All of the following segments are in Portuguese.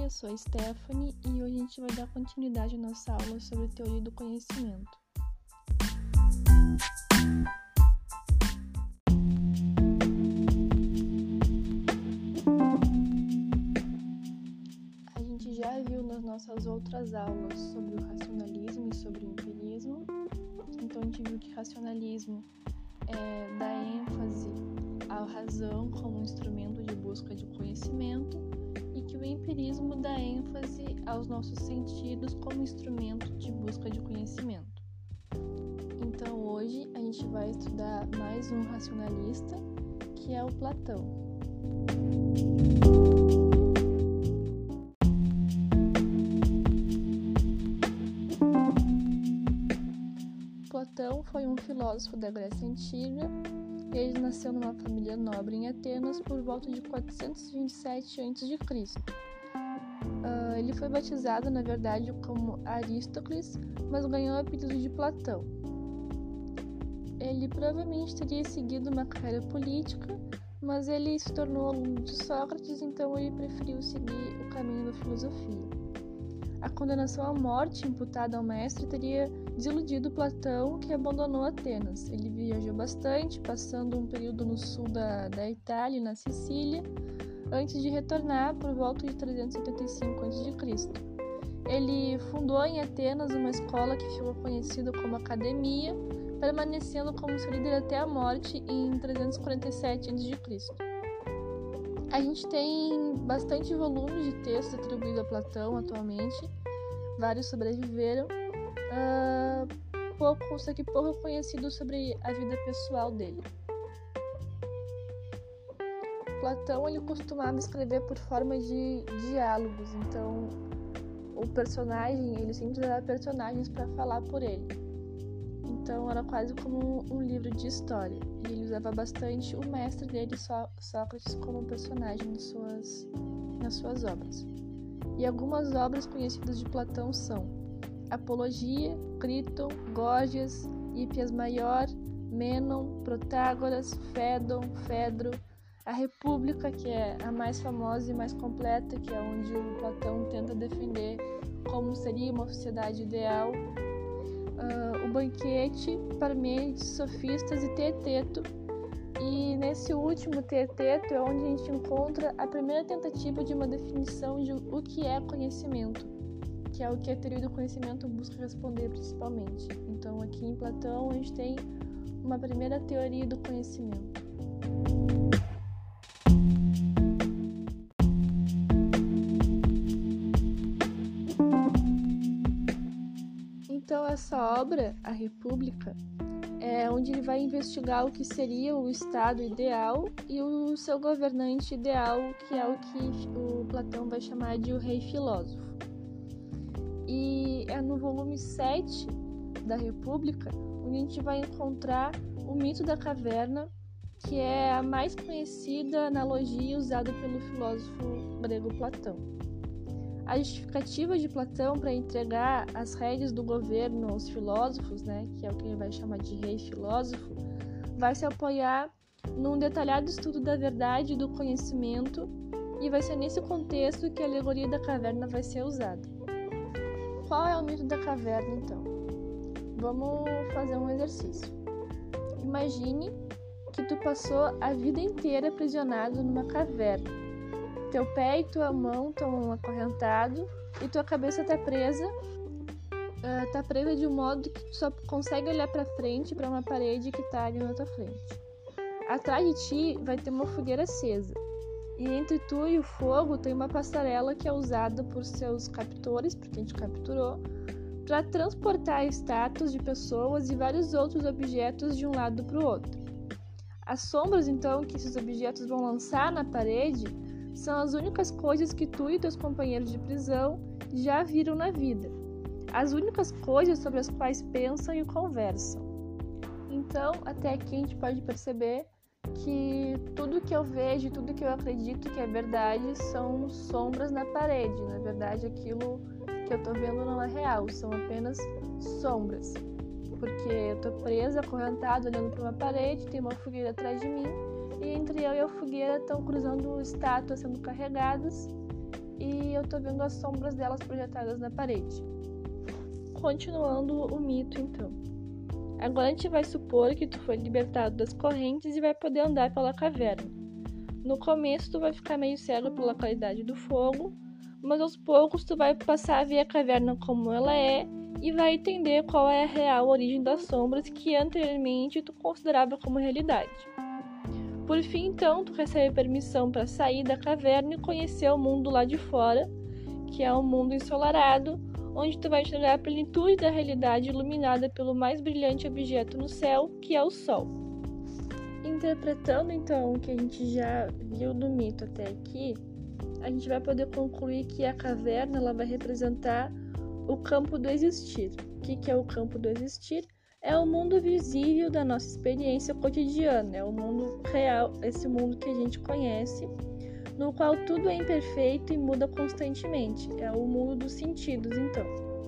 eu sou a Stephanie e hoje a gente vai dar continuidade à nossa aula sobre teoria do conhecimento. A gente já viu nas nossas outras aulas sobre o racionalismo e sobre o empirismo. Então a gente viu que racionalismo dá ênfase à razão como instrumento de busca de conhecimento e que o empirismo dá ênfase aos nossos sentidos como instrumento de busca de conhecimento. Então hoje a gente vai estudar mais um racionalista, que é o Platão. Platão foi um filósofo da Grécia Antiga. Ele nasceu numa família nobre em Atenas por volta de 427 a.C. Ele foi batizado, na verdade, como Aristócles, mas ganhou o apelido de Platão. Ele provavelmente teria seguido uma carreira política, mas ele se tornou aluno de Sócrates, então ele preferiu seguir o caminho da filosofia. A condenação à morte imputada ao mestre teria desiludido Platão, que abandonou Atenas. Ele viajou bastante, passando um período no sul da Itália, na Sicília, antes de retornar por volta de 375 a.C. Ele fundou em Atenas uma escola que ficou conhecida como Academia, permanecendo como seu líder até a morte em 347 a.C. A gente tem bastante volumes de textos atribuídos a Platão atualmente, vários sobreviveram, pouco conhecido sobre a vida pessoal dele. Platão ele costumava escrever por forma de diálogos, então o personagem, ele sempre usava personagens para falar por ele. Então era quase como um livro de história. E ele usava bastante o mestre dele, Sócrates, como personagem nas suas obras. E algumas obras conhecidas de Platão são Apologia, Críton, Gorgias, Hípias Maior, Mênon, Protágoras, Fédon, Fedro, a República, que é a mais famosa e mais completa, que é onde o Platão tenta defender como seria uma sociedade ideal, o Banquete, Parmênides, Sofistas e Teeteto. E nesse último Teeteto é onde a gente encontra a primeira tentativa de uma definição de o que é conhecimento, que é o que a teoria do conhecimento busca responder principalmente. Então aqui em Platão a gente tem uma primeira teoria do conhecimento. Então essa obra, a República, é onde ele vai investigar o que seria o Estado ideal e o seu governante ideal, que é o que o Platão vai chamar de o rei filósofo. E é no volume 7 da República onde a gente vai encontrar o mito da caverna, que é a mais conhecida analogia usada pelo filósofo grego Platão. A justificativa de Platão para entregar as rédeas do governo aos filósofos, que é o que ele vai chamar de rei filósofo, vai se apoiar num detalhado estudo da verdade e do conhecimento, e vai ser nesse contexto que a alegoria da caverna vai ser usada. Qual é o mito da caverna, então? Vamos fazer um exercício. Imagine que tu passou a vida inteira aprisionado numa caverna. Teu pé e tua mão estão acorrentados e tua cabeça está presa de um modo que tu só consegue olhar para frente, para uma parede que está ali na tua frente. Atrás de ti vai ter uma fogueira acesa. E entre tu e o fogo tem uma passarela que é usada por seus captores, porque a gente capturou, para transportar estátuas de pessoas e vários outros objetos de um lado para o outro. As sombras, então, que esses objetos vão lançar na parede são as únicas coisas que tu e teus companheiros de prisão já viram na vida. As únicas coisas sobre as quais pensam e conversam. Então, até aqui a gente pode perceber que tudo que eu vejo, tudo que eu acredito que é verdade são sombras na parede. Na verdade, aquilo que eu tô vendo não é real, são apenas sombras. Porque eu tô presa, acorrentada, olhando para uma parede, tem uma fogueira atrás de mim, e entre eu e a fogueira estão cruzando estátuas sendo carregadas, e eu tô vendo as sombras delas projetadas na parede. Continuando o mito, então. Agora a gente vai supor que tu foi libertado das correntes e vai poder andar pela caverna. No começo tu vai ficar meio cego pela qualidade do fogo, mas aos poucos tu vai passar a ver a caverna como ela é e vai entender qual é a real origem das sombras que anteriormente tu considerava como realidade. Por fim, então, tu recebe permissão para sair da caverna e conhecer o mundo lá de fora, que é um mundo ensolarado, onde tu vai enxergar a plenitude da realidade iluminada pelo mais brilhante objeto no céu, que é o Sol. Interpretando, então, o que a gente já viu do mito até aqui, a gente vai poder concluir que a caverna ela vai representar o campo do existir. O que é o campo do existir? É o mundo visível da nossa experiência cotidiana, é o mundo real, esse mundo que a gente conhece, no qual tudo é imperfeito e muda constantemente. É o mundo dos sentidos, então.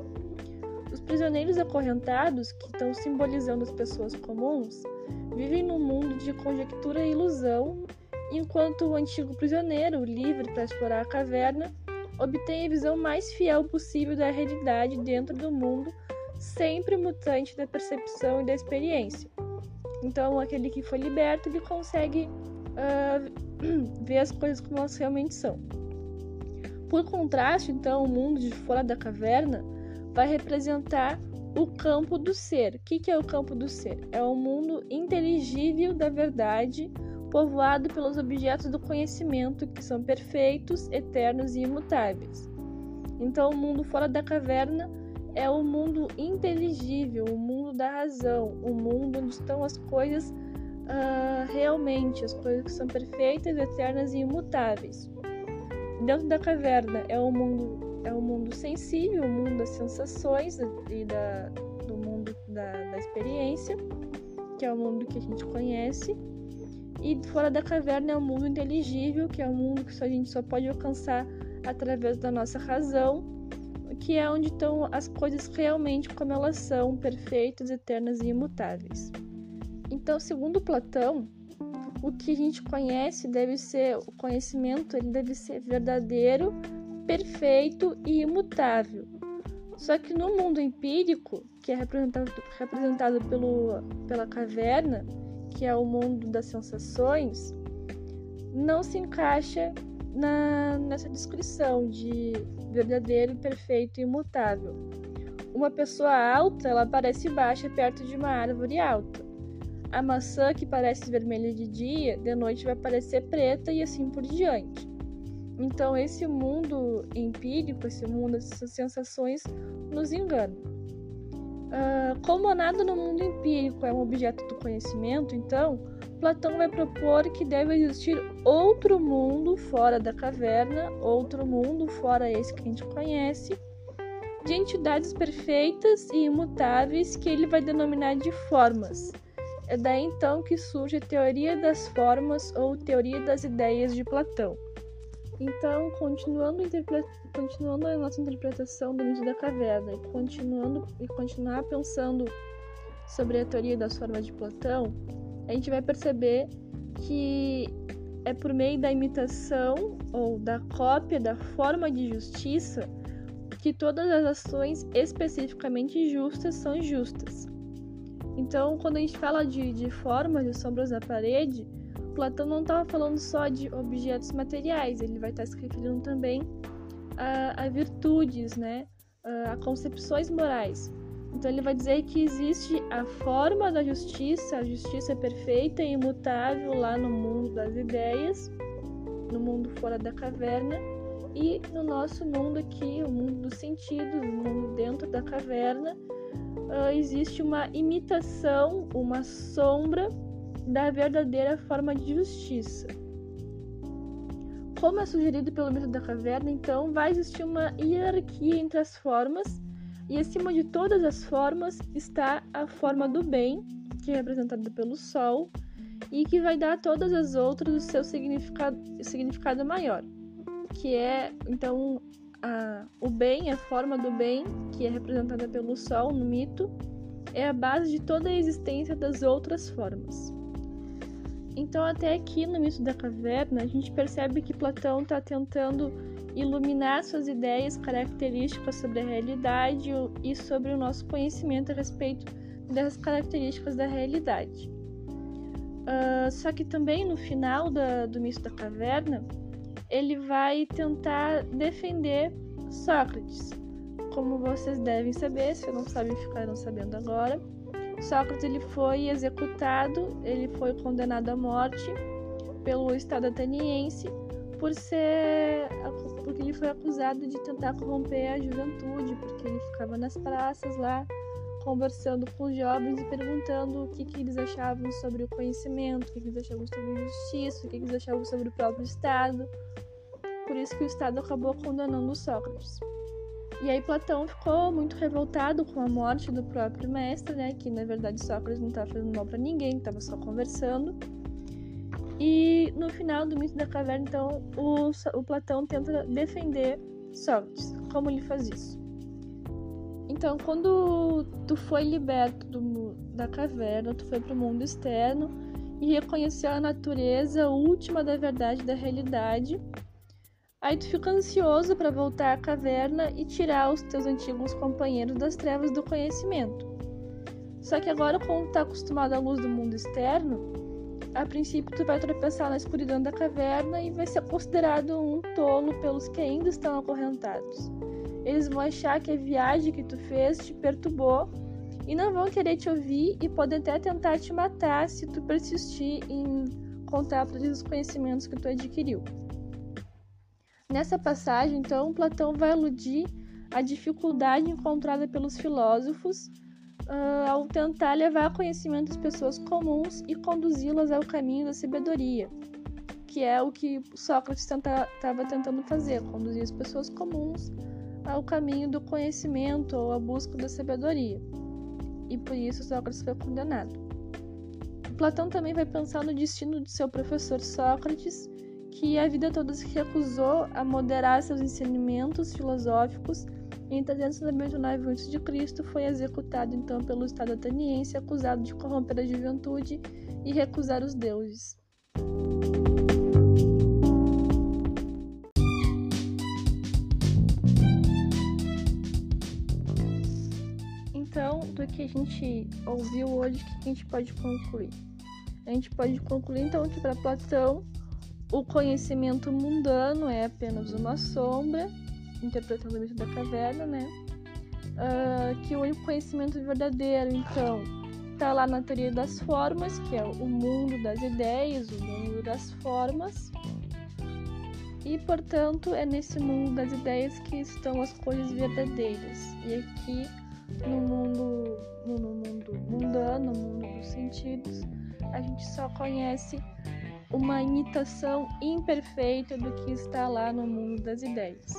Os prisioneiros acorrentados, que estão simbolizando as pessoas comuns, vivem num mundo de conjectura e ilusão, enquanto o antigo prisioneiro, livre para explorar a caverna, obtém a visão mais fiel possível da realidade dentro do mundo, sempre mutante da percepção e da experiência. Então, aquele que foi liberto, ele consegue ver as coisas como elas realmente são. Por contraste, então, o mundo de fora da caverna vai representar o campo do ser. O que é o campo do ser? É o mundo inteligível da verdade, povoado pelos objetos do conhecimento que são perfeitos, eternos e imutáveis. Então, o mundo fora da caverna é o mundo inteligível, o mundo da razão, o mundo onde estão as coisas realmente, as coisas que são perfeitas, eternas e imutáveis. Dentro da caverna é o mundo sensível, o mundo das sensações e do mundo da experiência, que é o mundo que a gente conhece. E fora da caverna é o mundo inteligível, que é o mundo que a gente só pode alcançar através da nossa razão, que é onde estão as coisas realmente como elas são, perfeitas, eternas e imutáveis. Então, segundo Platão, o que a gente conhece o conhecimento ele deve ser verdadeiro, perfeito e imutável. Só que no mundo empírico, que é representado pela caverna, que é o mundo das sensações, não se encaixa nessa descrição de verdadeiro, perfeito e imutável. Uma pessoa alta, ela parece baixa perto de uma árvore alta. A maçã que parece vermelha de dia, de noite vai parecer preta e assim por diante. Então esse mundo empírico, esse mundo dessas sensações nos engana. Como nada no mundo empírico é um objeto do conhecimento, então Platão vai propor que deve existir outro mundo fora da caverna, outro mundo fora esse que a gente conhece, de entidades perfeitas e imutáveis que ele vai denominar de formas. É daí então que surge a teoria das formas ou teoria das ideias de Platão. Então, continuando a nossa interpretação do mito da caverna e continuar pensando sobre a teoria das formas de Platão, a gente vai perceber que é por meio da imitação ou da cópia da forma de justiça que todas as ações especificamente justas são justas. Então, quando a gente fala de formas, de sombras na parede, Platão não estava falando só de objetos materiais, ele vai estar se referindo também a virtudes, né? A concepções morais. Então ele vai dizer que existe a forma da justiça, a justiça perfeita e imutável lá no mundo das ideias, no mundo fora da caverna, e no nosso mundo aqui, o mundo dos sentidos, o mundo dentro da caverna, existe uma imitação, uma sombra da verdadeira forma de justiça. Como é sugerido pelo mito da caverna, então, vai existir uma hierarquia entre as formas, e acima de todas as formas está a forma do bem, que é representada pelo Sol, e que vai dar a todas as outras o seu significado maior, que é, então, o bem, a forma do bem, que é representada pelo Sol no mito, é a base de toda a existência das outras formas. Então, até aqui no mito da caverna, a gente percebe que Platão está tentando iluminar suas ideias características sobre a realidade e sobre o nosso conhecimento a respeito dessas características da realidade. Só que também no final do mito da caverna, ele vai tentar defender Sócrates. Como vocês devem saber, se não sabem, ficarão sabendo agora. Sócrates ele foi executado, ele foi condenado à morte pelo Estado ateniense porque ele foi acusado de tentar corromper a juventude, porque ele ficava nas praças lá conversando com os jovens e perguntando o que eles achavam sobre o conhecimento, o que eles achavam sobre a justiça, o que eles achavam sobre o próprio Estado. Por isso que o Estado acabou condenando Sócrates. E aí Platão ficou muito revoltado com a morte do próprio mestre, né? Que na verdade Sócrates não estava fazendo mal para ninguém, estava só conversando. E no final do mito da caverna, então, o Platão tenta defender Sócrates. Como ele faz isso? Então, quando tu foi liberto da caverna, tu foi para o mundo externo e reconheceu a natureza última da verdade, da realidade. Aí tu fica ansioso para voltar à caverna e tirar os teus antigos companheiros das trevas do conhecimento. Só que agora, como tu tá acostumado à luz do mundo externo, a princípio tu vai tropeçar na escuridão da caverna e vai ser considerado um tolo pelos que ainda estão acorrentados. Eles vão achar que a viagem que tu fez te perturbou e não vão querer te ouvir e podem até tentar te matar se tu persistir em contar para eles os conhecimentos que tu adquiriu. Nessa passagem, então, Platão vai aludir à dificuldade encontrada pelos filósofos ao tentar levar conhecimento às pessoas comuns e conduzi-las ao caminho da sabedoria, que é o que Sócrates estava tentando fazer, conduzir as pessoas comuns ao caminho do conhecimento ou à busca da sabedoria. E por isso Sócrates foi condenado. Platão também vai pensar no destino de seu professor Sócrates, que a vida toda se recusou a moderar seus ensinamentos filosóficos. Em 399 a.C., foi executado então pelo Estado ateniense, acusado de corromper a juventude e recusar os deuses. Então, do que a gente ouviu hoje, o que a gente pode concluir? A gente pode concluir então que para Platão o conhecimento mundano é apenas uma sombra, interpretando o mito da caverna, né? Que o único conhecimento verdadeiro, então, está lá na teoria das formas, que é o mundo das ideias, o mundo das formas. E, portanto, é nesse mundo das ideias que estão as coisas verdadeiras. E aqui, no mundo mundano, no mundo dos sentidos, a gente só conhece uma imitação imperfeita do que está lá no mundo das ideias.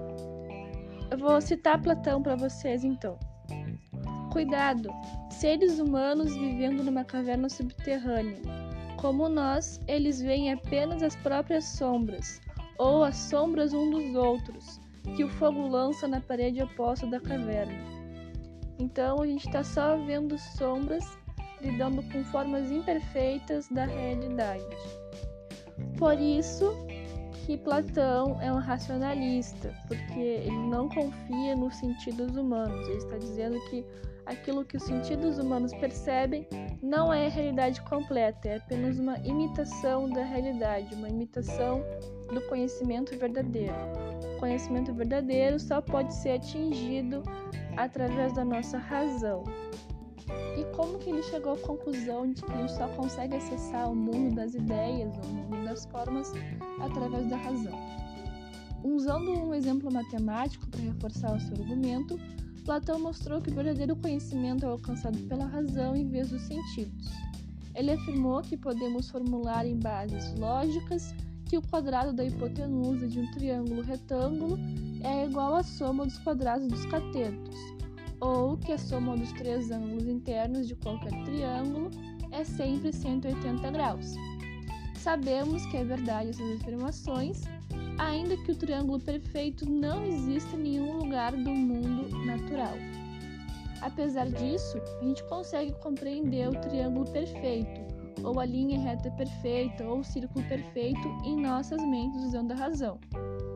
Eu vou citar Platão para vocês, então. Cuidado! Seres humanos vivendo numa caverna subterrânea. Como nós, eles veem apenas as próprias sombras, ou as sombras um dos outros, que o fogo lança na parede oposta da caverna. Então, a gente está só vendo sombras lidando com formas imperfeitas da realidade. Por isso que Platão é um racionalista, porque ele não confia nos sentidos humanos. Ele está dizendo que aquilo que os sentidos humanos percebem não é a realidade completa, é apenas uma imitação da realidade, uma imitação do conhecimento verdadeiro. O conhecimento verdadeiro só pode ser atingido através da nossa razão. E como que ele chegou à conclusão de que a gente só consegue acessar o mundo das ideias, o mundo das formas, através da razão? Usando um exemplo matemático para reforçar o seu argumento, Platão mostrou que o verdadeiro conhecimento é alcançado pela razão em vez dos sentidos. Ele afirmou que podemos formular em bases lógicas que o quadrado da hipotenusa de um triângulo retângulo é igual à soma dos quadrados dos catetos, ou que a soma dos três ângulos internos de qualquer triângulo é sempre 180 graus. Sabemos que é verdade essas afirmações, ainda que o triângulo perfeito não exista em nenhum lugar do mundo natural. Apesar disso, a gente consegue compreender o triângulo perfeito, ou a linha reta perfeita, ou o círculo perfeito em nossas mentes usando a razão.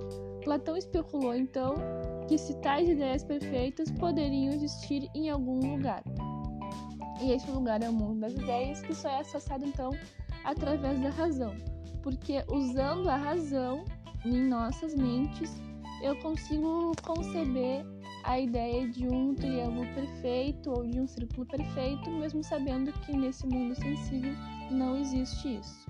Platão especulou, então, que se tais ideias perfeitas poderiam existir em algum lugar. E esse lugar é o mundo das ideias, que só é acessado, então, através da razão. Porque usando a razão em nossas mentes, eu consigo conceber a ideia de um triângulo perfeito ou de um círculo perfeito, mesmo sabendo que nesse mundo sensível não existe isso.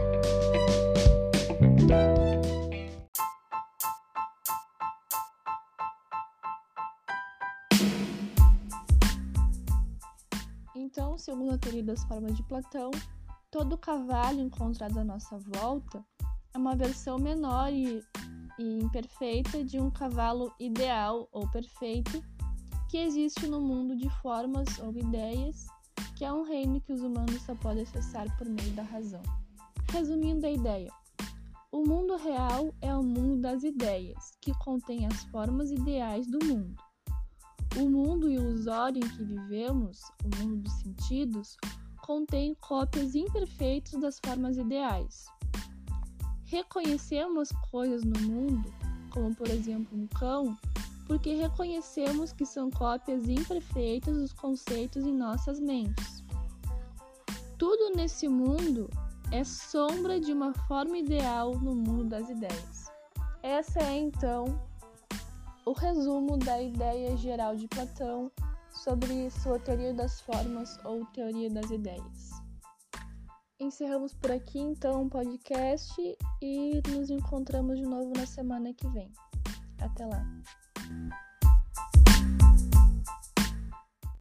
Então, segundo a teoria das formas de Platão, todo cavalo encontrado à nossa volta é uma versão menor e imperfeita de um cavalo ideal ou perfeito que existe no mundo de formas ou ideias, que é um reino que os humanos só podem acessar por meio da razão. Resumindo a ideia, o mundo real é o mundo das ideias, que contém as formas ideais do mundo. O mundo ilusório em que vivemos, o mundo dos sentidos, contém cópias imperfeitas das formas ideais. Reconhecemos coisas no mundo, como por exemplo um cão, porque reconhecemos que são cópias imperfeitas dos conceitos em nossas mentes. Tudo nesse mundo é sombra de uma forma ideal no mundo das ideias. Essa é, então, o resumo da ideia geral de Platão sobre sua teoria das formas ou teoria das ideias. Encerramos por aqui, então, o podcast e nos encontramos de novo na semana que vem. Até lá!